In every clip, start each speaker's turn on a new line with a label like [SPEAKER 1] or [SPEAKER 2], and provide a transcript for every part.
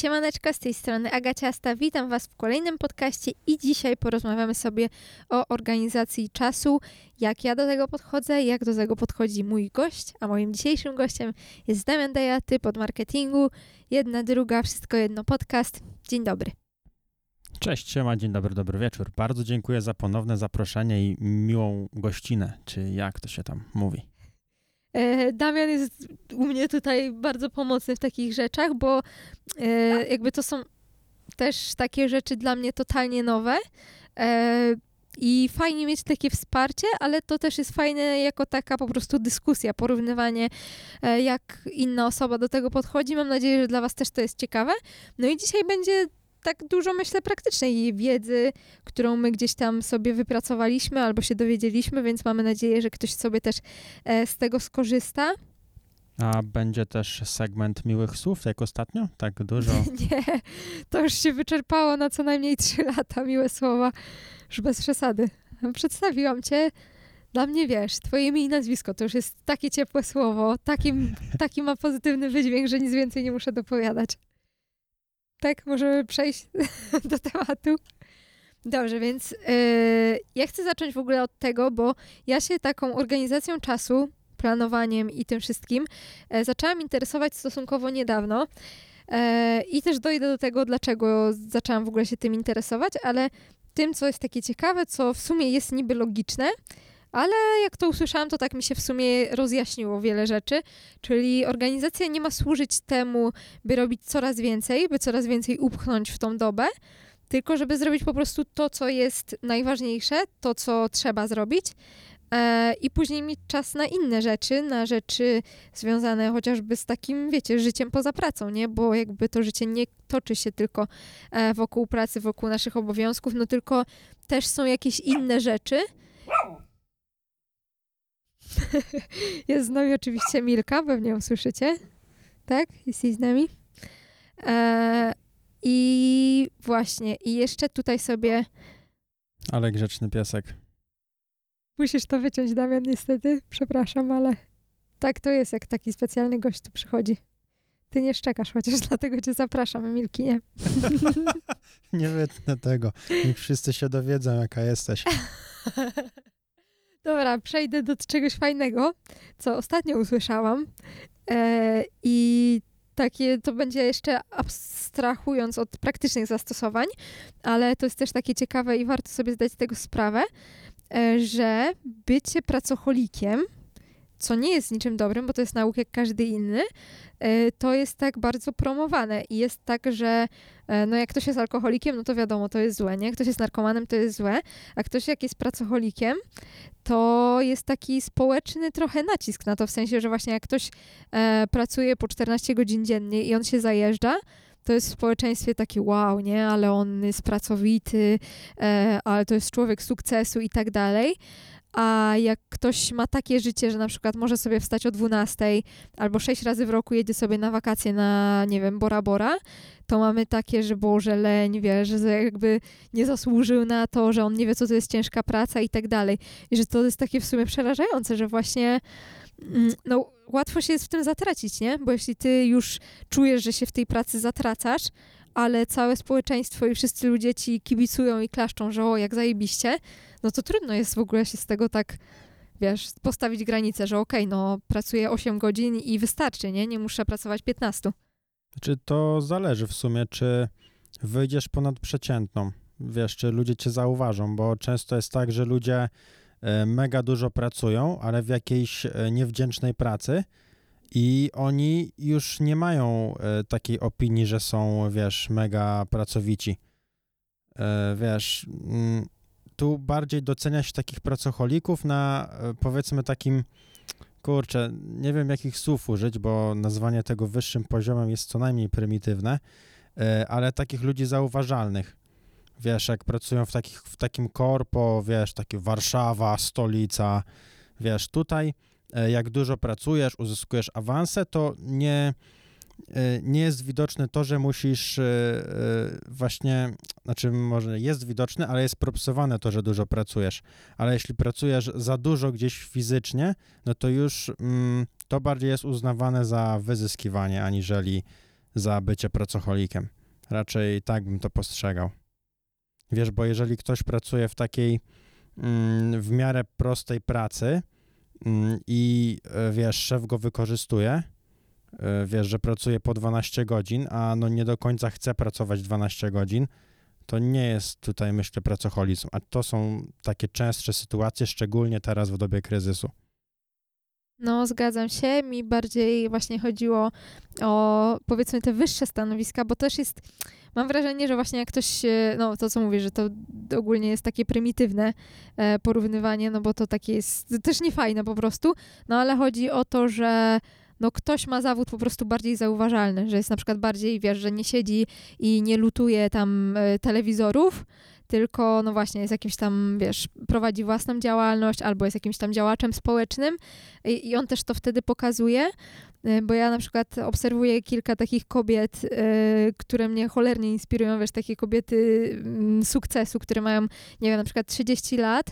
[SPEAKER 1] Siemaneczko, z tej strony Agaciasta. Witam Was w kolejnym podcaście i dzisiaj porozmawiamy sobie o organizacji czasu, jak ja do tego podchodzę, jak do tego podchodzi mój gość, a moim dzisiejszym gościem jest Damian Deja, typ od marketingu, jedna, druga, wszystko jedno podcast. Dzień dobry.
[SPEAKER 2] Cześć, siema, dzień dobry, dobry wieczór. Bardzo dziękuję za ponowne zaproszenie i miłą gościnę, czy jak to się tam mówi.
[SPEAKER 1] Damian jest u mnie tutaj bardzo pomocny w takich rzeczach, bo jakby to są też takie rzeczy dla mnie totalnie nowe i fajnie mieć takie wsparcie, ale to też jest fajne jako taka po prostu dyskusja, porównywanie, jak inna osoba do tego podchodzi. Mam nadzieję, że dla Was też to jest ciekawe. No i dzisiaj będzie tak dużo, myślę, praktycznej wiedzy, którą my gdzieś tam sobie wypracowaliśmy albo się dowiedzieliśmy, więc mamy nadzieję, że ktoś sobie też z tego skorzysta.
[SPEAKER 2] A będzie też segment miłych słów, jak ostatnio? Tak dużo?
[SPEAKER 1] Nie, to już się wyczerpało na co najmniej 3 lata, miłe słowa, już bez przesady. Przedstawiłam cię, dla mnie wiesz, twoje imię i nazwisko to już jest takie ciepłe słowo, taki ma pozytywny wydźwięk, że nic więcej nie muszę dopowiadać. Tak, możemy przejść do tematu. Dobrze, więc ja chcę zacząć w ogóle od tego, bo ja się taką organizacją czasu, planowaniem i tym wszystkim zaczęłam interesować stosunkowo niedawno i też dojdę do tego, dlaczego zaczęłam w ogóle się tym interesować, ale tym, co jest takie ciekawe, co w sumie jest niby logiczne, ale jak to usłyszałam, to tak mi się w sumie rozjaśniło wiele rzeczy, czyli organizacja nie ma służyć temu, by robić coraz więcej, by coraz więcej upchnąć w tą dobę, tylko żeby zrobić po prostu to, co jest najważniejsze, to, co trzeba zrobić i później mieć czas na inne rzeczy, na rzeczy związane chociażby z takim, wiecie, życiem poza pracą, nie? Bo jakby to życie nie toczy się tylko wokół pracy, wokół naszych obowiązków, no tylko też są jakieś inne rzeczy. Jest z nami oczywiście Milka, pewnie ją słyszycie. Tak? Jest z nami. I właśnie, i jeszcze tutaj sobie...
[SPEAKER 2] Ale grzeczny piesek.
[SPEAKER 1] Musisz to wyciąć, Damian, niestety. Przepraszam, ale tak to jest, jak taki specjalny gość tu przychodzi. Ty nie szczekasz, chociaż dlatego cię zapraszam, Milki, nie?
[SPEAKER 2] Nie wytnę tego. Niech wszyscy się dowiedzą, jaka jesteś.
[SPEAKER 1] Dobra, przejdę do czegoś fajnego, co ostatnio usłyszałam i takie to będzie jeszcze abstrahując od praktycznych zastosowań, ale to jest też takie ciekawe i warto sobie zdać z tego sprawę, że bycie pracocholikiem, co nie jest niczym dobrym, bo to jest nauk jak każdy inny, to jest tak bardzo promowane i jest tak, że no jak ktoś jest alkoholikiem, no to wiadomo, to jest złe, nie? Jak ktoś jest narkomanem, to jest złe, a ktoś jak jest pracocholikiem, to jest taki społeczny trochę nacisk na to, w sensie, że właśnie jak ktoś pracuje po 14 godzin dziennie i on się zajeżdża, to jest w społeczeństwie takie wow, nie? Ale on jest pracowity, ale to jest człowiek sukcesu i tak dalej. A jak ktoś ma takie życie, że na przykład może sobie wstać o 12 albo 6 razy w roku jedzie sobie na wakacje na, nie wiem, Bora Bora, to mamy takie, że Boże, leń, wiesz, że jakby nie zasłużył na to, że on nie wie, co to jest ciężka praca i tak dalej. I że to jest takie w sumie przerażające, że właśnie no, łatwo się jest w tym zatracić, nie? Bo jeśli ty już czujesz, że się w tej pracy zatracasz, ale całe społeczeństwo i wszyscy ludzie ci kibicują i klaszczą, że o, jak zajebiście, no to trudno jest w ogóle się z tego tak, wiesz, postawić granicę, że okej, no pracuję 8 godzin i wystarczy, nie? Nie muszę pracować 15.
[SPEAKER 2] Czy to zależy w sumie, czy wyjdziesz ponad przeciętną, wiesz, czy ludzie cię zauważą, bo często jest tak, że ludzie mega dużo pracują, ale w jakiejś niewdzięcznej pracy i oni już nie mają takiej opinii, że są, wiesz, mega pracowici. Wiesz, tu bardziej docenia się takich pracocholików na, powiedzmy, takim, kurczę, nie wiem jakich słów użyć, bo nazwanie tego wyższym poziomem jest co najmniej prymitywne, ale takich ludzi zauważalnych. Wiesz, jak pracują w takim korpo, wiesz, takie Warszawa, stolica, wiesz, tutaj jak dużo pracujesz, uzyskujesz awanse, to nie jest widoczne to, że musisz właśnie, znaczy może jest widoczne, ale jest propsowane to, że dużo pracujesz, ale jeśli pracujesz za dużo gdzieś fizycznie, no to już to bardziej jest uznawane za wyzyskiwanie, aniżeli za bycie pracocholikiem. Raczej tak bym to postrzegał. Wiesz, bo jeżeli ktoś pracuje w takiej w miarę prostej pracy i wiesz, szef go wykorzystuje, wiesz, że pracuje po 12 godzin, a no nie do końca chce pracować 12 godzin, to nie jest tutaj, myślę, pracoholizm. A to są takie częstsze sytuacje, szczególnie teraz w dobie kryzysu.
[SPEAKER 1] No, zgadzam się. Mi bardziej właśnie chodziło o, powiedzmy, te wyższe stanowiska, bo też jest, mam wrażenie, że właśnie jak ktoś, no to co mówię, że to ogólnie jest takie prymitywne porównywanie, no bo to takie jest też niefajne po prostu, no ale chodzi o to, że no ktoś ma zawód po prostu bardziej zauważalny, że jest na przykład bardziej, wiesz, że nie siedzi i nie lutuje tam telewizorów, tylko no właśnie jest jakimś tam, wiesz, prowadzi własną działalność albo jest jakimś tam działaczem społecznym i on też to wtedy pokazuje, bo ja na przykład obserwuję kilka takich kobiet, które mnie cholernie inspirują, wiesz, takie kobiety sukcesu, które mają, nie wiem, na przykład 30 lat,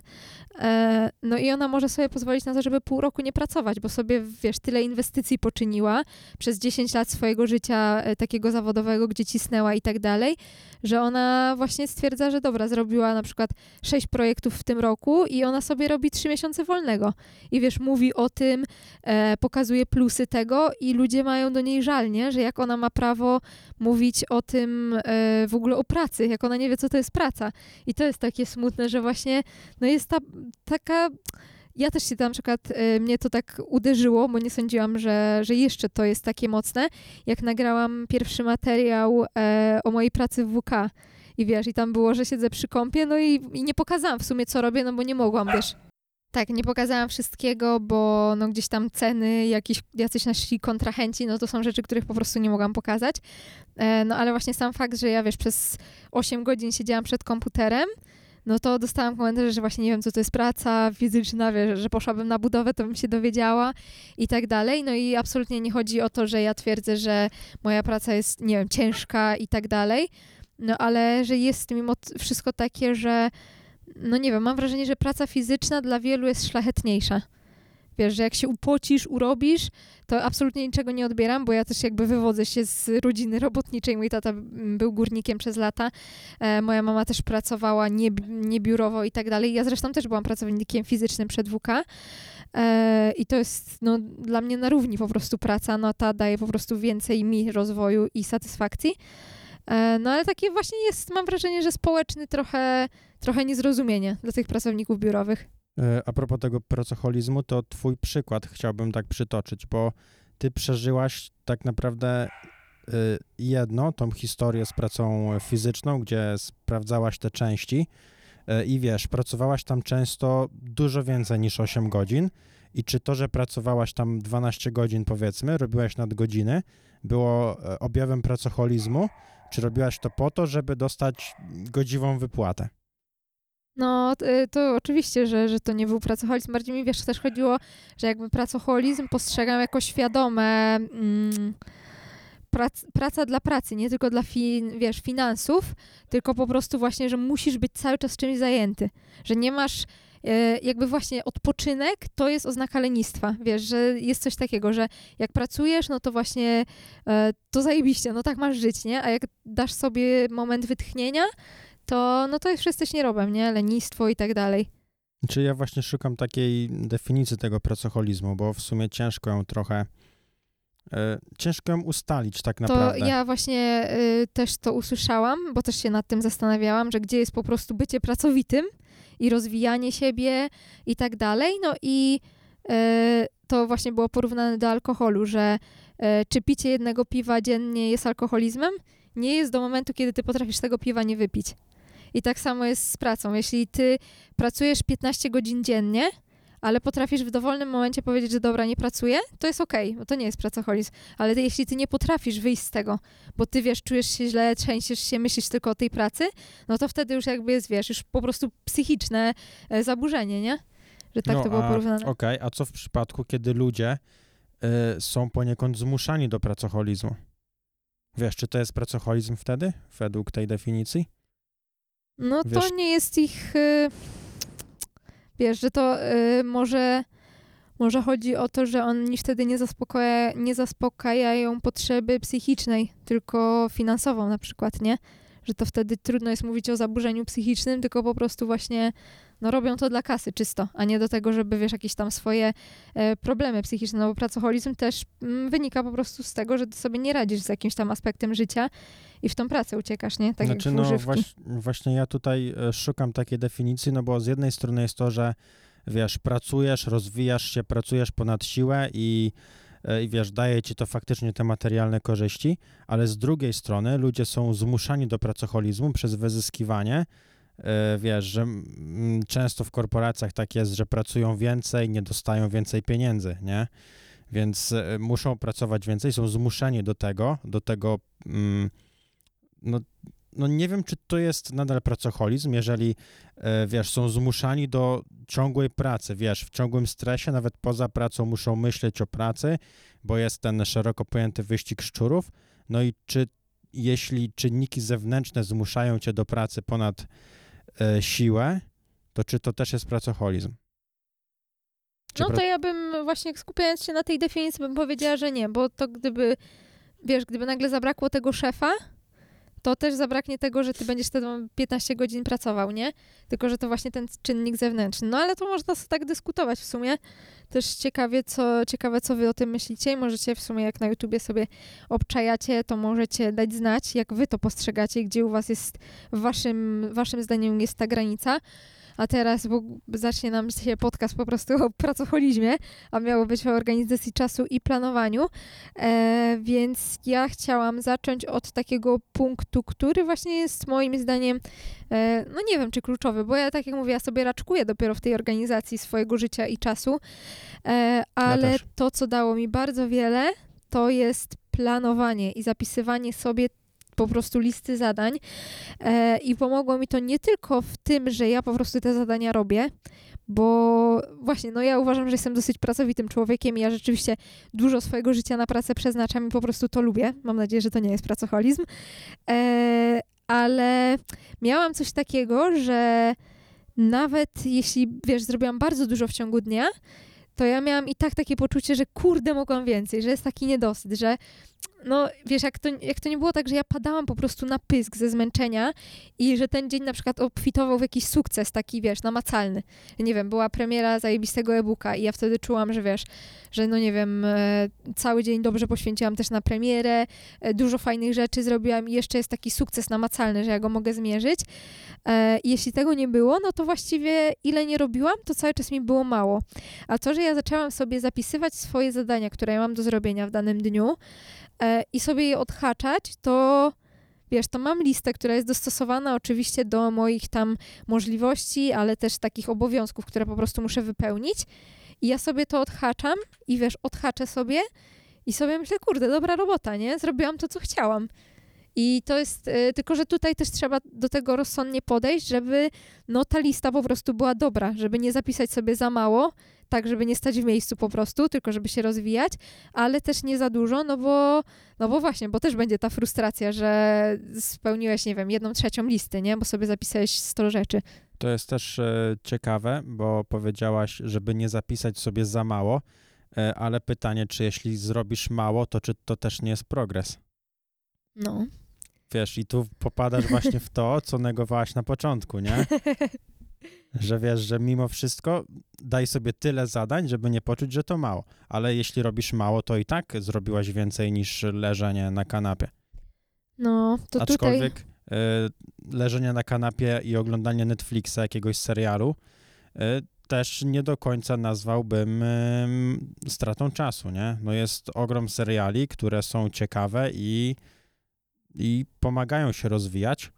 [SPEAKER 1] no i ona może sobie pozwolić na to, żeby pół roku nie pracować, bo sobie, wiesz, tyle inwestycji poczyniła przez 10 lat swojego życia takiego zawodowego, gdzie cisnęła i tak dalej, że ona właśnie stwierdza, że dobra, zrobiła na przykład 6 projektów w tym roku i ona sobie robi 3 miesiące wolnego. I wiesz, mówi o tym, pokazuje plusy tego i ludzie mają do niej żal, nie? Że jak ona ma prawo mówić o tym w ogóle o pracy, jak ona nie wie, co to jest praca. I to jest takie smutne, że właśnie no jest taka... Ja też się tam na przykład, mnie to tak uderzyło, bo nie sądziłam, że jeszcze to jest takie mocne, jak nagrałam pierwszy materiał o mojej pracy w WK. I wiesz, i tam było, że siedzę przy kompie, no i nie pokazałam w sumie, co robię, no bo nie mogłam, wiesz. Tak, nie pokazałam wszystkiego, bo no gdzieś tam ceny, jacyś nasi kontrahenci, no to są rzeczy, których po prostu nie mogłam pokazać. No ale właśnie sam fakt, że ja, wiesz, przez 8 godzin siedziałam przed komputerem, no to dostałam komentarze, że właśnie nie wiem, co to jest praca fizyczna, wiesz, że poszłabym na budowę, to bym się dowiedziała i tak dalej. No i absolutnie nie chodzi o to, że ja twierdzę, że moja praca jest, nie wiem, ciężka i tak dalej, no ale że jest mimo wszystko takie, że no nie wiem, mam wrażenie, że praca fizyczna dla wielu jest szlachetniejsza. Wiesz, że jak się upocisz, urobisz, to absolutnie niczego nie odbieram, bo ja też jakby wywodzę się z rodziny robotniczej. Mój tata był górnikiem przez lata, moja mama też pracowała nie biurowo i tak dalej. Ja zresztą też byłam pracownikiem fizycznym przed WK i to jest no, dla mnie na równi po prostu praca. No ta daje po prostu więcej mi rozwoju i satysfakcji. No ale takie właśnie jest, mam wrażenie, że społeczny trochę niezrozumienie dla tych pracowników biurowych.
[SPEAKER 2] A propos tego pracoholizmu, to twój przykład chciałbym tak przytoczyć, bo ty przeżyłaś tak naprawdę tą historię z pracą fizyczną, gdzie sprawdzałaś te części i wiesz, pracowałaś tam często dużo więcej niż 8 godzin i czy to, że pracowałaś tam 12 godzin powiedzmy, robiłaś nadgodziny, było objawem pracoholizmu, czy robiłaś to po to, żeby dostać godziwą wypłatę?
[SPEAKER 1] No, to oczywiście, że to nie był pracoholizm. Bardziej mi, wiesz, też chodziło, że jakby pracoholizm postrzegam jako świadome praca dla pracy, nie tylko dla finansów, tylko po prostu właśnie, że musisz być cały czas czymś zajęty, że nie masz jakby właśnie odpoczynek to jest oznaka lenistwa, wiesz, że jest coś takiego, że jak pracujesz, no to właśnie to zajebiście, no tak masz żyć, nie? A jak dasz sobie moment wytchnienia, to już jesteś nierobem, nie? Lenistwo i tak dalej.
[SPEAKER 2] Czy ja właśnie szukam takiej definicji tego pracoholizmu, bo w sumie ciężko ją ustalić tak naprawdę.
[SPEAKER 1] To ja właśnie też to usłyszałam, bo też się nad tym zastanawiałam, że gdzie jest po prostu bycie pracowitym i rozwijanie siebie i tak dalej. No i to właśnie było porównane do alkoholu, że czy picie jednego piwa dziennie jest alkoholizmem? Nie jest do momentu, kiedy ty potrafisz tego piwa nie wypić. I tak samo jest z pracą. Jeśli ty pracujesz 15 godzin dziennie, ale potrafisz w dowolnym momencie powiedzieć, że dobra, nie pracuję, to jest okej, bo to nie jest pracoholizm. Ale jeśli ty nie potrafisz wyjść z tego, bo ty, wiesz, czujesz się źle, trzęsiesz się, myślisz tylko o tej pracy, no to wtedy już jakby jest, wiesz, już po prostu psychiczne zaburzenie, nie? Że tak to było porównane.
[SPEAKER 2] Okej, a co w przypadku, kiedy ludzie są poniekąd zmuszani do pracoholizmu? Wiesz, czy to jest pracoholizm wtedy, według tej definicji?
[SPEAKER 1] No wiesz, to nie jest ich... Wiesz, że to Może chodzi o to, że oni wtedy nie zaspokajają potrzeby psychicznej, tylko finansową na przykład, nie? Że to wtedy trudno jest mówić o zaburzeniu psychicznym, tylko po prostu właśnie robią to dla kasy czysto, a nie do tego, żeby jakieś tam swoje problemy psychiczne, no bo pracoholizm też wynika po prostu z tego, że ty sobie nie radzisz z jakimś tam aspektem życia i w tą pracę uciekasz, nie? Tak
[SPEAKER 2] znaczy,
[SPEAKER 1] jak w używki.
[SPEAKER 2] właśnie ja tutaj szukam takiej definicji, no bo z jednej strony jest to, że pracujesz, rozwijasz się, pracujesz ponad siłę i daje ci to faktycznie te materialne korzyści, ale z drugiej strony ludzie są zmuszani do pracoholizmu przez wyzyskiwanie. Że często w korporacjach tak jest, że pracują więcej, nie dostają więcej pieniędzy, nie? Więc muszą pracować więcej, są zmuszeni do tego, no nie wiem, czy to jest nadal pracoholizm, jeżeli, są zmuszani do ciągłej pracy, w ciągłym stresie, nawet poza pracą muszą myśleć o pracy, bo jest ten szeroko pojęty wyścig szczurów, no i jeśli czynniki zewnętrzne zmuszają cię do pracy ponad siłę, to czy to też jest pracoholizm?
[SPEAKER 1] To ja bym właśnie skupiając się na tej definicji bym powiedziała, że nie, bo to gdyby nagle zabrakło tego szefa, to też zabraknie tego, że ty będziesz wtedy 15 godzin pracował, nie? Tylko, że to właśnie ten czynnik zewnętrzny. No ale to można sobie tak dyskutować w sumie. Też ciekawe, co wy o tym myślicie i możecie w sumie, jak na YouTubie sobie obczajacie, to możecie dać znać, jak wy to postrzegacie, gdzie u was jest, waszym zdaniem jest ta granica. A teraz, bo zacznie nam się podcast po prostu o pracoholizmie, a miało być o organizacji czasu i planowaniu, więc ja chciałam zacząć od takiego punktu, który właśnie jest moim zdaniem, nie wiem czy kluczowy, bo ja tak jak mówię, ja sobie raczkuję dopiero w tej organizacji swojego życia i czasu, ale to, co dało mi bardzo wiele, to jest planowanie i zapisywanie sobie po prostu listy zadań i pomogło mi to nie tylko w tym, że ja po prostu te zadania robię, bo właśnie, ja uważam, że jestem dosyć pracowitym człowiekiem i ja rzeczywiście dużo swojego życia na pracę przeznaczam i po prostu to lubię. Mam nadzieję, że to nie jest pracoholizm, ale miałam coś takiego, że nawet jeśli, zrobiłam bardzo dużo w ciągu dnia, to ja miałam i tak takie poczucie, że kurde, mogłam więcej, że jest taki niedosyt, że jak to nie było tak, że ja padałam po prostu na pysk ze zmęczenia i że ten dzień na przykład obfitował w jakiś sukces taki, namacalny. Nie wiem, była premiera zajebistego e-booka i ja wtedy czułam, że cały dzień dobrze poświęciłam też na premierę, dużo fajnych rzeczy zrobiłam i jeszcze jest taki sukces namacalny, że ja go mogę zmierzyć. I jeśli tego nie było, no to właściwie ile nie robiłam, to cały czas mi było mało. A to, że ja zaczęłam sobie zapisywać swoje zadania, które ja mam do zrobienia w danym dniu, i sobie je odhaczać, to to mam listę, która jest dostosowana oczywiście do moich tam możliwości, ale też takich obowiązków, które po prostu muszę wypełnić. I ja sobie to odhaczam i odhaczę sobie i sobie myślę, kurde, dobra robota, nie? Zrobiłam to, co chciałam. I to jest, tylko że tutaj też trzeba do tego rozsądnie podejść, żeby ta lista po prostu była dobra, żeby nie zapisać sobie za mało, tak, żeby nie stać w miejscu po prostu, tylko żeby się rozwijać, ale też nie za dużo, bo właśnie, bo też będzie ta frustracja, że spełniłeś, 1/3 listy, nie? Bo sobie zapisałeś 100 rzeczy.
[SPEAKER 2] To jest też ciekawe, bo powiedziałaś, żeby nie zapisać sobie za mało, ale pytanie, czy jeśli zrobisz mało, to czy to też nie jest progres?
[SPEAKER 1] No.
[SPEAKER 2] I tu popadasz właśnie w to, co negowałaś na początku, nie? Że że mimo wszystko daj sobie tyle zadań, żeby nie poczuć, że to mało. Ale jeśli robisz mało, to i tak zrobiłaś więcej niż leżenie na kanapie.
[SPEAKER 1] No, to
[SPEAKER 2] aczkolwiek
[SPEAKER 1] tutaj...
[SPEAKER 2] leżenie na kanapie i oglądanie Netflixa, jakiegoś serialu, też nie do końca nazwałbym stratą czasu, nie? Jest ogrom seriali, które są ciekawe i pomagają się rozwijać,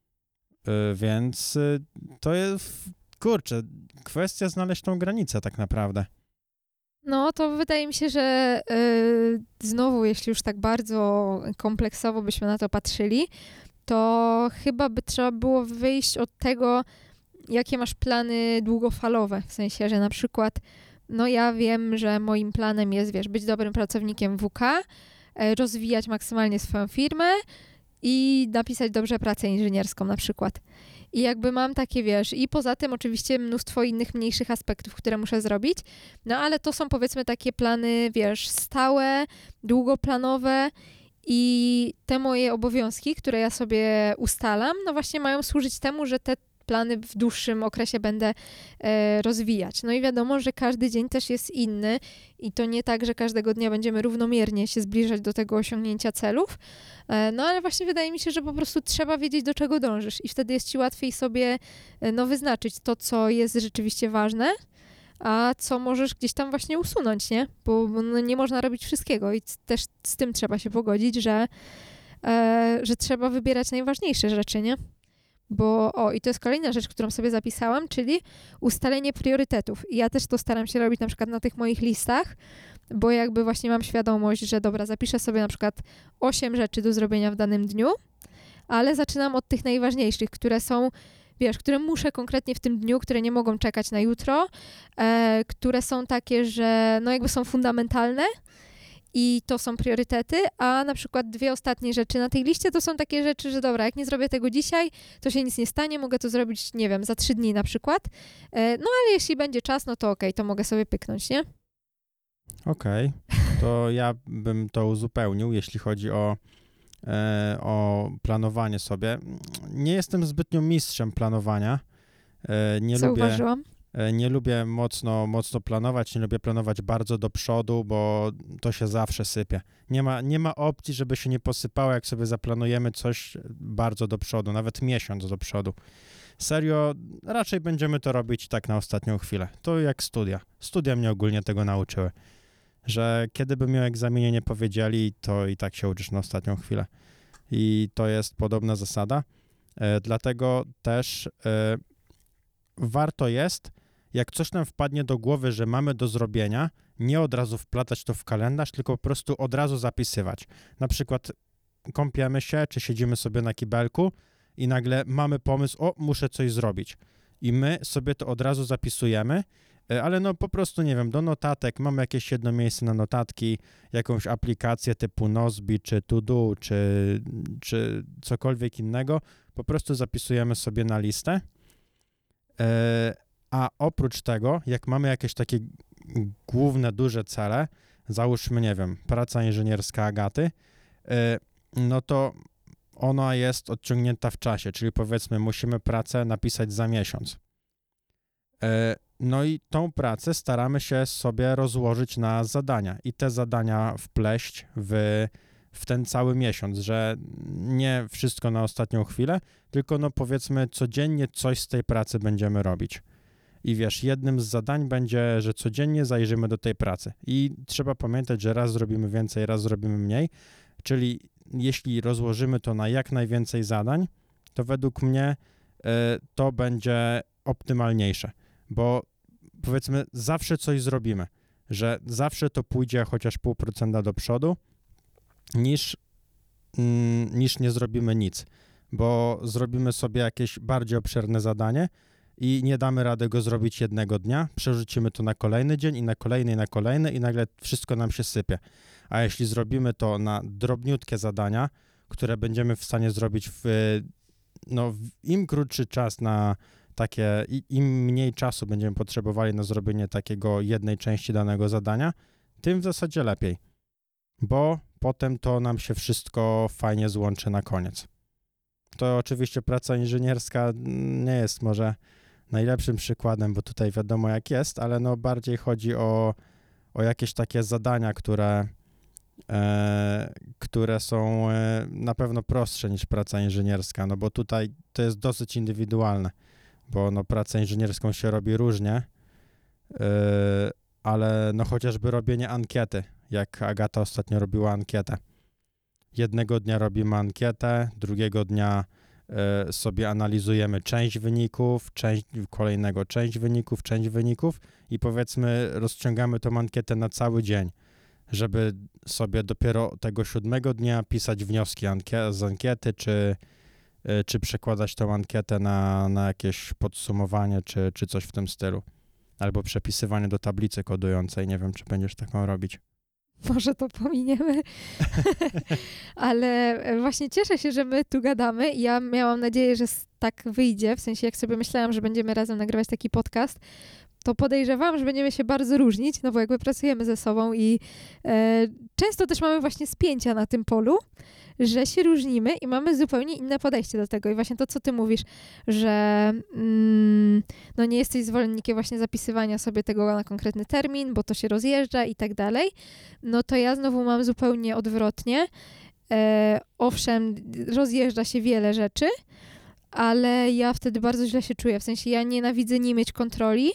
[SPEAKER 2] więc to jest, kwestia znaleźć tą granicę tak naprawdę.
[SPEAKER 1] No, to wydaje mi się, że znowu, jeśli już tak bardzo kompleksowo byśmy na to patrzyli, to chyba by trzeba było wyjść od tego, jakie masz plany długofalowe, w sensie, że na przykład, ja wiem, że moim planem jest, być dobrym pracownikiem WK, rozwijać maksymalnie swoją firmę i napisać dobrze pracę inżynierską na przykład. I jakby mam takie, wiesz, i poza tym oczywiście mnóstwo innych mniejszych aspektów, które muszę zrobić, no ale to są powiedzmy takie plany, wiesz, stałe, długoplanowe i te moje obowiązki, które ja sobie ustalam, no właśnie mają służyć temu, że te plany w dłuższym okresie będę rozwijać. No i wiadomo, że każdy dzień też jest inny i to nie tak, że każdego dnia będziemy równomiernie się zbliżać do tego osiągnięcia celów, no ale właśnie wydaje mi się, że po prostu trzeba wiedzieć, do czego dążysz i wtedy jest ci łatwiej sobie wyznaczyć to, co jest rzeczywiście ważne, a co możesz gdzieś tam właśnie usunąć, nie? Bo no, nie można robić wszystkiego i też z tym trzeba się pogodzić, że trzeba wybierać najważniejsze rzeczy, nie? Bo, i to jest kolejna rzecz, którą sobie zapisałam, czyli ustalenie priorytetów. I ja też to staram się robić na przykład na tych moich listach, bo jakby właśnie mam świadomość, że dobra, zapiszę sobie na przykład 8 rzeczy do zrobienia w danym dniu, ale zaczynam od tych najważniejszych, które są, wiesz, które muszę konkretnie w tym dniu, które nie mogą czekać na jutro, które są takie, że no jakby są fundamentalne, i to są priorytety, a na przykład 2 ostatnie rzeczy na tej liście to są takie rzeczy, że dobra, jak nie zrobię tego dzisiaj, to się nic nie stanie, mogę to zrobić, nie wiem, za 3 dni na przykład. No ale jeśli będzie czas, no to okej, to mogę sobie pyknąć, nie?
[SPEAKER 2] Okej, to ja bym to uzupełnił, jeśli chodzi o planowanie sobie. Nie jestem zbytnio mistrzem planowania.
[SPEAKER 1] Zauważyłam.
[SPEAKER 2] Nie lubię mocno planować, nie lubię planować bardzo do przodu, bo to się zawsze sypie. Nie ma opcji, żeby się nie posypało, jak sobie zaplanujemy coś bardzo do przodu, nawet miesiąc do przodu. Serio, raczej będziemy to robić tak na ostatnią chwilę. To jak studia. Studia mnie ogólnie tego nauczyły, że kiedy by mi o egzaminie nie powiedzieli, to i tak się uczysz na ostatnią chwilę. I to jest podobna zasada. Dlatego też warto jest, jak coś nam wpadnie do głowy, że mamy do zrobienia, nie od razu wplatać to w kalendarz, tylko po prostu od razu zapisywać. Na przykład kąpiemy się, czy siedzimy sobie na kibelku i nagle mamy pomysł, muszę coś zrobić. I my sobie to od razu zapisujemy, ale no po prostu, nie wiem, do notatek, mamy jakieś jedno miejsce na notatki, jakąś aplikację typu Nozbe, czy To-Do, czy cokolwiek innego, po prostu zapisujemy sobie na listę. A oprócz tego, jak mamy jakieś takie główne, duże cele, załóżmy, nie wiem, praca inżynierska Agaty, no to ona jest odciągnięta w czasie, czyli powiedzmy musimy pracę napisać za miesiąc. No i tą pracę staramy się sobie rozłożyć na zadania i te zadania wpleść w ten cały miesiąc, że nie wszystko na ostatnią chwilę, tylko no powiedzmy codziennie coś z tej pracy będziemy robić. I wiesz, jednym z zadań będzie, że codziennie zajrzymy do tej pracy. I trzeba pamiętać, że raz zrobimy więcej, raz zrobimy mniej, czyli jeśli rozłożymy to na jak najwięcej zadań, to według mnie to będzie optymalniejsze, bo powiedzmy zawsze coś zrobimy, że zawsze to pójdzie chociaż 0,5% do przodu, niż nie zrobimy nic, bo zrobimy sobie jakieś bardziej obszerne zadanie i nie damy rady go zrobić jednego dnia, przerzucimy to na kolejny dzień i na kolejny i nagle wszystko nam się sypie. A jeśli zrobimy to na drobniutkie zadania, które będziemy w stanie zrobić w im krótszy czas na takie, im mniej czasu będziemy potrzebowali na zrobienie takiego jednej części danego zadania, tym w zasadzie lepiej, bo potem to nam się wszystko fajnie złączy na koniec. To oczywiście praca inżynierska nie jest może najlepszym przykładem, bo tutaj wiadomo jak jest, ale no bardziej chodzi o jakieś takie zadania, które są na pewno prostsze niż praca inżynierska, no bo tutaj to jest dosyć indywidualne, bo no pracę inżynierską się robi różnie, ale no chociażby robienie ankiety, jak Agata ostatnio robiła ankietę. Jednego dnia robimy ankietę, drugiego dnia sobie analizujemy część wyników, kolejnego część wyników i powiedzmy rozciągamy tą ankietę na cały dzień, żeby sobie dopiero tego 7 dnia pisać wnioski z ankiety, czy przekładać tą ankietę na jakieś podsumowanie, czy coś w tym stylu. Albo przepisywanie do tablicy kodującej. Nie wiem, czy będziesz taką robić.
[SPEAKER 1] Może to pominiemy. Ale właśnie cieszę się, że my tu gadamy i ja miałam nadzieję, że tak wyjdzie. W sensie, jak sobie myślałam, że będziemy razem nagrywać taki podcast, to podejrzewam, że będziemy się bardzo różnić, no bo jakby pracujemy ze sobą i często też mamy właśnie spięcia na tym polu, że się różnimy i mamy zupełnie inne podejście do tego. I właśnie to, co ty mówisz, że no nie jesteś zwolennikiem właśnie zapisywania sobie tego na konkretny termin, bo to się rozjeżdża i tak dalej, no to ja znowu mam zupełnie odwrotnie. Owszem, rozjeżdża się wiele rzeczy, ale ja wtedy bardzo źle się czuję. W sensie ja nienawidzę nie mieć kontroli.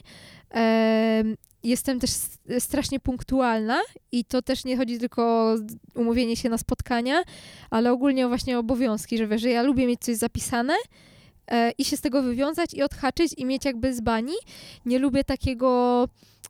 [SPEAKER 1] Jestem też strasznie punktualna i to też nie chodzi tylko o umówienie się na spotkania, ale ogólnie o właśnie obowiązki, że wiesz, że ja lubię mieć coś zapisane i się z tego wywiązać i odhaczyć i mieć jakby z bani. Nie lubię takiego,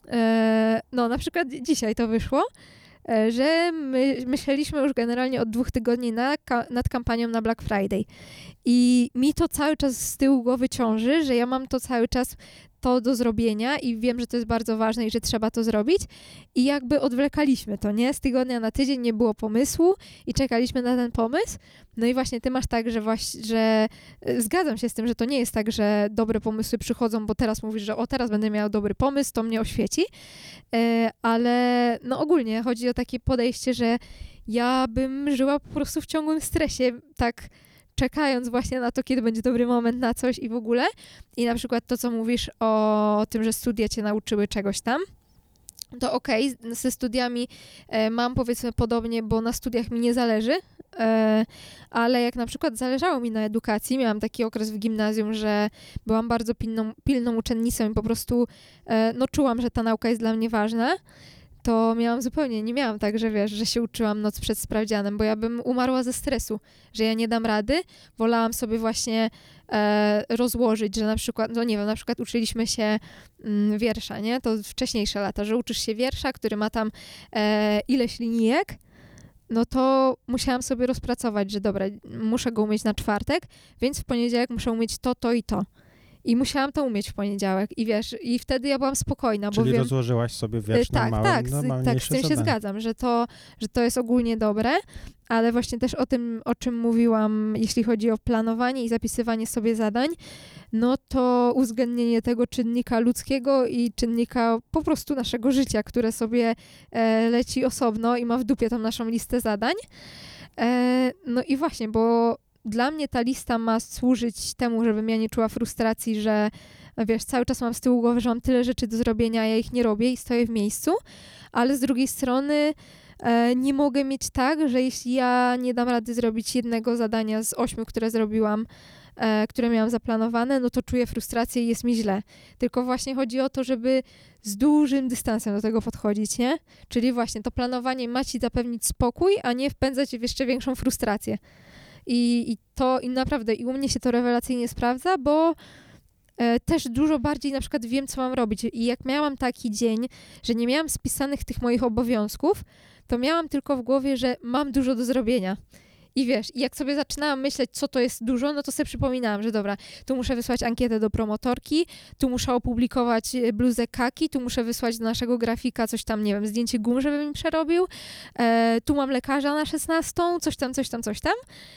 [SPEAKER 1] no na przykład dzisiaj to wyszło, że my myśleliśmy już generalnie od 2 tygodni nad kampanią na Black Friday. I mi to cały czas z tyłu głowy ciąży, że ja mam to cały czas to do zrobienia i wiem, że to jest bardzo ważne i że trzeba to zrobić i jakby odwlekaliśmy to, nie? Z tygodnia na tydzień nie było pomysłu i czekaliśmy na ten pomysł. No i właśnie ty masz tak, że zgadzam się z tym, że to nie jest tak, że dobre pomysły przychodzą, bo teraz mówisz, że teraz będę miał dobry pomysł, to mnie oświeci, ale no ogólnie chodzi o takie podejście, że ja bym żyła po prostu w ciągłym stresie, tak czekając właśnie na to, kiedy będzie dobry moment na coś i w ogóle. I na przykład to, co mówisz o tym, że studia cię nauczyły czegoś tam, to okej, ze studiami mam powiedzmy podobnie, bo na studiach mi nie zależy, ale jak na przykład zależało mi na edukacji, miałam taki okres w gimnazjum, że byłam bardzo pilną uczennicą i po prostu no, czułam, że ta nauka jest dla mnie ważna, to nie miałam tak, że wiesz, że się uczyłam noc przed sprawdzianem, bo ja bym umarła ze stresu, że ja nie dam rady. Wolałam sobie właśnie rozłożyć, że na przykład, no nie wiem, na przykład uczyliśmy się wiersza, nie? To wcześniejsze lata, że uczysz się wiersza, który ma tam ileś linijek, no to musiałam sobie rozpracować, że dobra, muszę go umieć na czwartek, więc w poniedziałek muszę umieć to i to. I musiałam to umieć w poniedziałek. I wiesz, i wtedy ja byłam spokojna, bo
[SPEAKER 2] Czyli
[SPEAKER 1] wiem...
[SPEAKER 2] rozłożyłaś sobie wiersz na małe,
[SPEAKER 1] tak, z tym się zgadzam, że to jest ogólnie dobre, ale właśnie też o tym, o czym mówiłam, jeśli chodzi o planowanie i zapisywanie sobie zadań, no to uwzględnienie tego czynnika ludzkiego i czynnika po prostu naszego życia, które sobie leci osobno i ma w dupie tą naszą listę zadań. No i właśnie, bo dla mnie ta lista ma służyć temu, żebym ja nie czuła frustracji, że wiesz, cały czas mam z tyłu głowy, że mam tyle rzeczy do zrobienia, ja ich nie robię i stoję w miejscu, ale z drugiej strony nie mogę mieć tak, że jeśli ja nie dam rady zrobić jednego zadania z 8, które zrobiłam, które miałam zaplanowane, no to czuję frustrację i jest mi źle. Tylko właśnie chodzi o to, żeby z dużym dystansem do tego podchodzić, nie? Czyli właśnie to planowanie ma ci zapewnić spokój, a nie wpędzać w jeszcze większą frustrację. I naprawdę i u mnie się to rewelacyjnie sprawdza, bo też dużo bardziej na przykład wiem, co mam robić. I jak miałam taki dzień, że nie miałam spisanych tych moich obowiązków, to miałam tylko w głowie, że mam dużo do zrobienia. I wiesz, jak sobie zaczynałam myśleć, co to jest dużo, no to sobie przypominałam, że dobra, tu muszę wysłać ankietę do promotorki, tu muszę opublikować bluzę kaki, tu muszę wysłać do naszego grafika coś tam, nie wiem, zdjęcie gum, żeby mi przerobił, tu mam lekarza na 16, coś tam.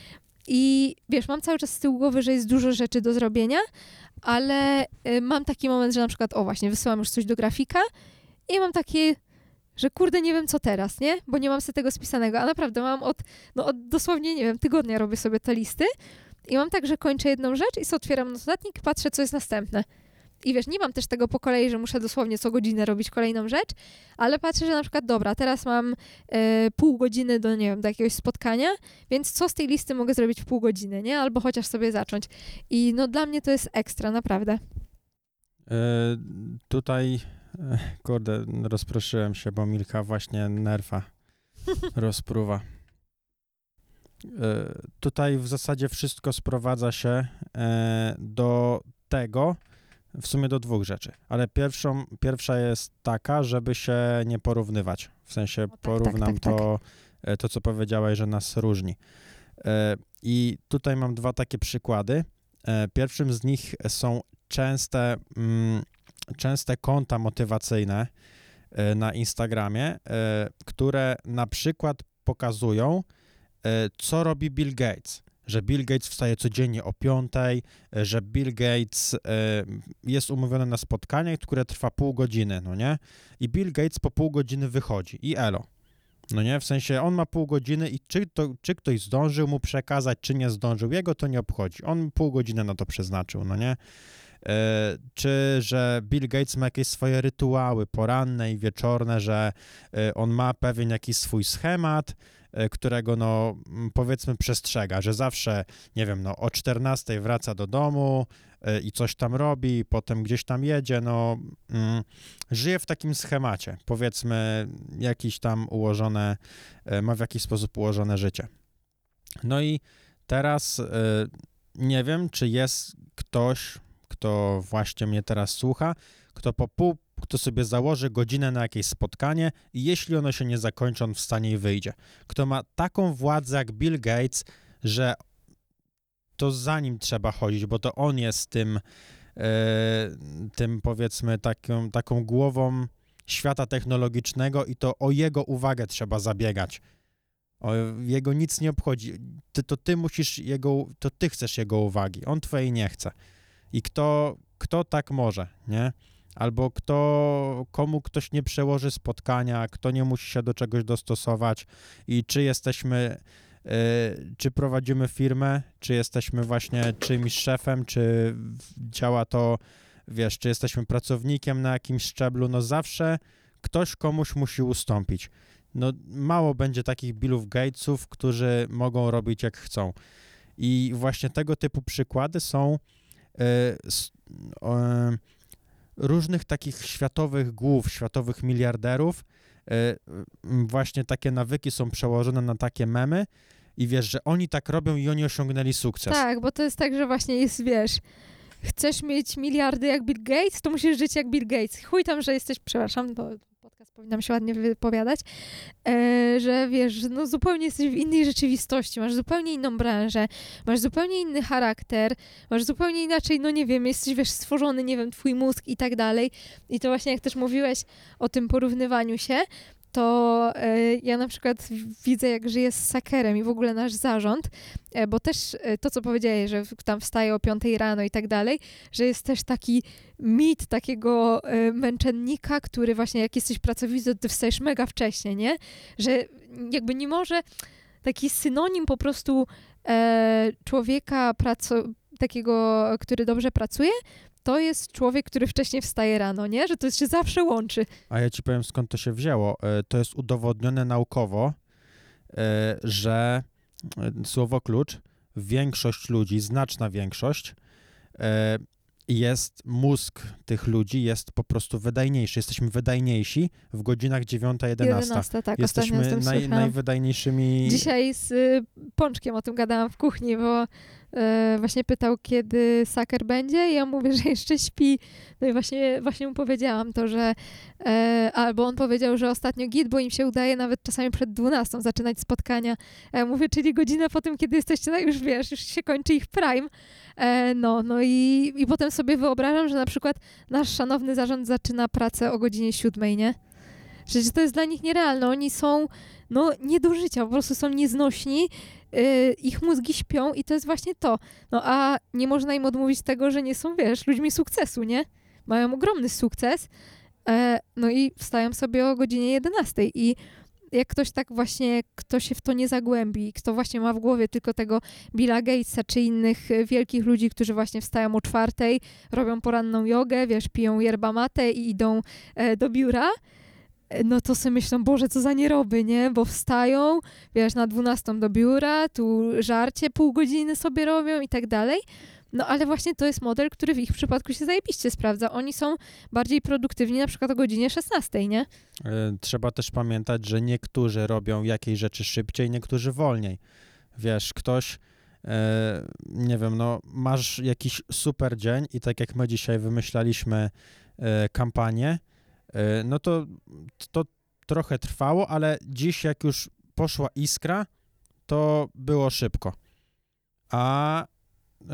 [SPEAKER 1] I wiesz, mam cały czas z tyłu głowy, że jest dużo rzeczy do zrobienia, ale mam taki moment, że na przykład, właśnie, wysyłam już coś do grafika i mam takie, że kurde, nie wiem co teraz, nie? Bo nie mam sobie tego spisanego, a naprawdę mam od dosłownie, nie wiem, tygodnia robię sobie te listy i mam tak, że kończę jedną rzecz i sobie otwieram notatnik i patrzę, co jest następne. I wiesz, nie mam też tego po kolei, że muszę dosłownie co godzinę robić kolejną rzecz, ale patrzę, że na przykład, dobra, teraz mam pół godziny do, nie wiem, do jakiegoś spotkania, więc co z tej listy mogę zrobić w pół godziny, nie? Albo chociaż sobie zacząć. I no dla mnie to jest ekstra, naprawdę.
[SPEAKER 2] Tutaj, kurde, rozproszyłem się, bo Milka właśnie nerfa rozpruwa. Tutaj w zasadzie wszystko sprowadza się do tego, w sumie do 2 rzeczy, ale pierwsza jest taka, żeby się nie porównywać. W sensie porównam to, co powiedziałeś, że nas różni. I tutaj mam 2 takie przykłady. Pierwszym z nich są częste konta motywacyjne, na Instagramie, które na przykład pokazują, co robi Bill Gates. Że Bill Gates wstaje codziennie o 5:00, że Bill Gates jest umówiony na spotkanie, które trwa pół godziny, no nie? I Bill Gates po pół godziny wychodzi i elo. No nie? W sensie on ma pół godziny i czy ktoś zdążył mu przekazać, czy nie zdążył, jego to nie obchodzi. On pół godziny na to przeznaczył, no nie? Czy że Bill Gates ma jakieś swoje rytuały poranne i wieczorne, że on ma pewien jakiś swój schemat, którego, no, powiedzmy, przestrzega, że zawsze, nie wiem, no, o 14:00 wraca do domu i coś tam robi, potem gdzieś tam jedzie, no, żyje w takim schemacie, powiedzmy, jakiś tam ułożone, ma w jakiś sposób ułożone życie. No i teraz nie wiem, czy jest ktoś, kto właśnie mnie teraz słucha, kto sobie założy godzinę na jakieś spotkanie i jeśli ono się nie zakończy, on wstanie i wyjdzie. Kto ma taką władzę jak Bill Gates, że to za nim trzeba chodzić, bo to on jest tym powiedzmy taką głową świata technologicznego i to o jego uwagę trzeba zabiegać. O jego nic nie obchodzi. To ty chcesz jego uwagi, on twojej nie chce. I kto tak może, nie? Albo komu ktoś nie przełoży spotkania, kto nie musi się do czegoś dostosować i czy prowadzimy firmę, czy jesteśmy właśnie czyimś szefem, czy działa to, wiesz, czy jesteśmy pracownikiem na jakimś szczeblu, no zawsze ktoś komuś musi ustąpić. No mało będzie takich Billów Gatesów, którzy mogą robić jak chcą. I właśnie tego typu przykłady są różnych takich światowych głów, światowych miliarderów. Właśnie takie nawyki są przełożone na takie memy i wiesz, że oni tak robią i oni osiągnęli sukces.
[SPEAKER 1] Tak, bo to jest tak, że właśnie jest, wiesz, chcesz mieć miliardy jak Bill Gates, to musisz żyć jak Bill Gates. Chuj tam, że jesteś, przepraszam, bo podcast powinnam się ładnie wypowiadać, że wiesz, no zupełnie jesteś w innej rzeczywistości, masz zupełnie inną branżę, masz zupełnie inny charakter, masz zupełnie inaczej, no nie wiem, jesteś, wiesz, stworzony, nie wiem, twój mózg i tak dalej. I to właśnie jak też mówiłeś o tym porównywaniu się, to ja na przykład widzę, jak żyję z Sakerem i w ogóle nasz zarząd, bo też to, co powiedziałeś, że tam wstaje o 5:00 rano i tak dalej, że jest też taki mit takiego męczennika, który właśnie jak jesteś pracowity, to ty wstajesz mega wcześnie, nie? Że jakby nie może taki synonim po prostu człowieka takiego, który dobrze pracuje, to jest człowiek, który wcześniej wstaje rano, nie? Że to się zawsze łączy.
[SPEAKER 2] A ja ci powiem, skąd to się wzięło. To jest udowodnione naukowo, że słowo klucz, większość ludzi, znaczna większość, mózg tych ludzi jest po prostu wydajniejszy. Jesteśmy wydajniejsi w godzinach 9-11.
[SPEAKER 1] 11, tak,
[SPEAKER 2] jesteśmy najwydajniejszymi.
[SPEAKER 1] Dzisiaj z Pączkiem o tym gadałam w kuchni, bo właśnie pytał, kiedy Saker będzie i ja mówię, że jeszcze śpi. No i właśnie mu powiedziałam to, że albo on powiedział, że ostatnio git, bo im się udaje nawet czasami przed 12 zaczynać spotkania. Ja mówię, czyli godzinę po tym, kiedy jesteście, już wiesz, już się kończy ich prime. No i potem sobie wyobrażam, że na przykład nasz szanowny zarząd zaczyna pracę o godzinie 7, nie? Przecież to jest dla nich nierealne. Oni są, no, nie do życia, po prostu są nieznośni, ich mózgi śpią i to jest właśnie to. No a nie można im odmówić tego, że nie są, wiesz, ludźmi sukcesu, nie? Mają ogromny sukces, no i wstają sobie o godzinie 11 i jak ktoś tak właśnie, kto się w to nie zagłębi, kto właśnie ma w głowie tylko tego Billa Gatesa czy innych wielkich ludzi, którzy właśnie wstają o 4, robią poranną jogę, wiesz, piją yerba mate i idą do biura, no to sobie myślą, Boże, co za nieroby, nie? Bo wstają, wiesz, na 12 do biura, tu żarcie pół godziny sobie robią i tak dalej. No ale właśnie to jest model, który w ich przypadku się zajebiście sprawdza. Oni są bardziej produktywni na przykład o godzinie 16, nie?
[SPEAKER 2] Trzeba też pamiętać, że niektórzy robią jakieś rzeczy szybciej, niektórzy wolniej. Wiesz, ktoś, nie wiem, no masz jakiś super dzień i tak jak my dzisiaj wymyślaliśmy kampanię, no to trochę trwało, ale dziś jak już poszła iskra, to było szybko. A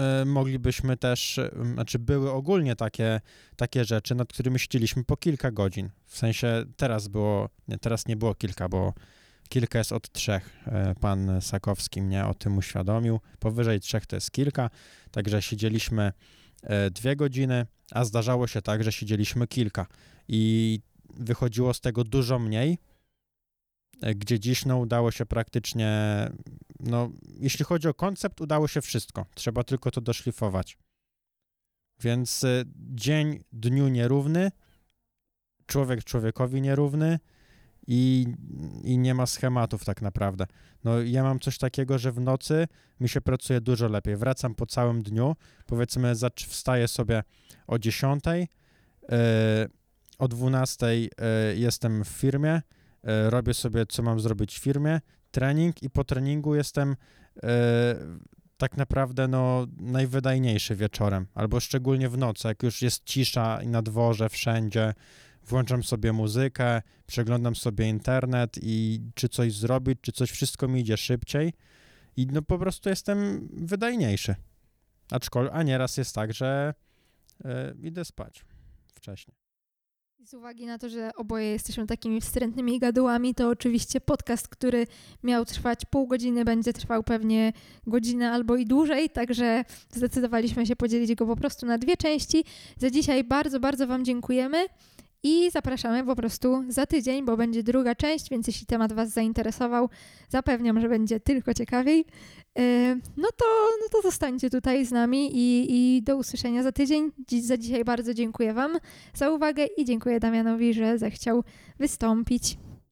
[SPEAKER 2] moglibyśmy też, znaczy były ogólnie takie rzeczy, nad którymi siedzieliśmy po kilka godzin. W sensie teraz nie było kilka, bo kilka jest od 3. Pan Sakowski mnie o tym uświadomił. Powyżej 3 to jest kilka, także siedzieliśmy 2 godziny, a zdarzało się tak, że siedzieliśmy kilka i wychodziło z tego dużo mniej, gdzie dziś udało się praktycznie, jeśli chodzi o koncept, udało się wszystko. Trzeba tylko to doszlifować. Więc dzień dniu nierówny, człowiek człowiekowi nierówny i nie ma schematów tak naprawdę. Ja mam coś takiego, że w nocy mi się pracuje dużo lepiej. Wracam po całym dniu, powiedzmy wstaję sobie o 10, o 12 jestem w firmie, robię sobie, co mam zrobić w firmie, trening i po treningu jestem tak naprawdę najwydajniejszy wieczorem, albo szczególnie w nocy, jak już jest cisza i na dworze, wszędzie, włączam sobie muzykę, przeglądam sobie internet i czy coś zrobić, czy wszystko mi idzie szybciej i po prostu jestem wydajniejszy. A nieraz jest tak, że idę spać wcześniej.
[SPEAKER 1] Z uwagi na to, że oboje jesteśmy takimi wstrętnymi gadułami, to oczywiście podcast, który miał trwać pół godziny, będzie trwał pewnie godzinę albo i dłużej, także zdecydowaliśmy się podzielić go po prostu na 2 części. Za dzisiaj bardzo, bardzo Wam dziękujemy i zapraszamy po prostu za tydzień, bo będzie druga część, więc jeśli temat Was zainteresował, zapewniam, że będzie tylko ciekawiej. No to zostańcie tutaj z nami i do usłyszenia za tydzień. Za dzisiaj bardzo dziękuję Wam za uwagę i dziękuję Damianowi, że zechciał wystąpić.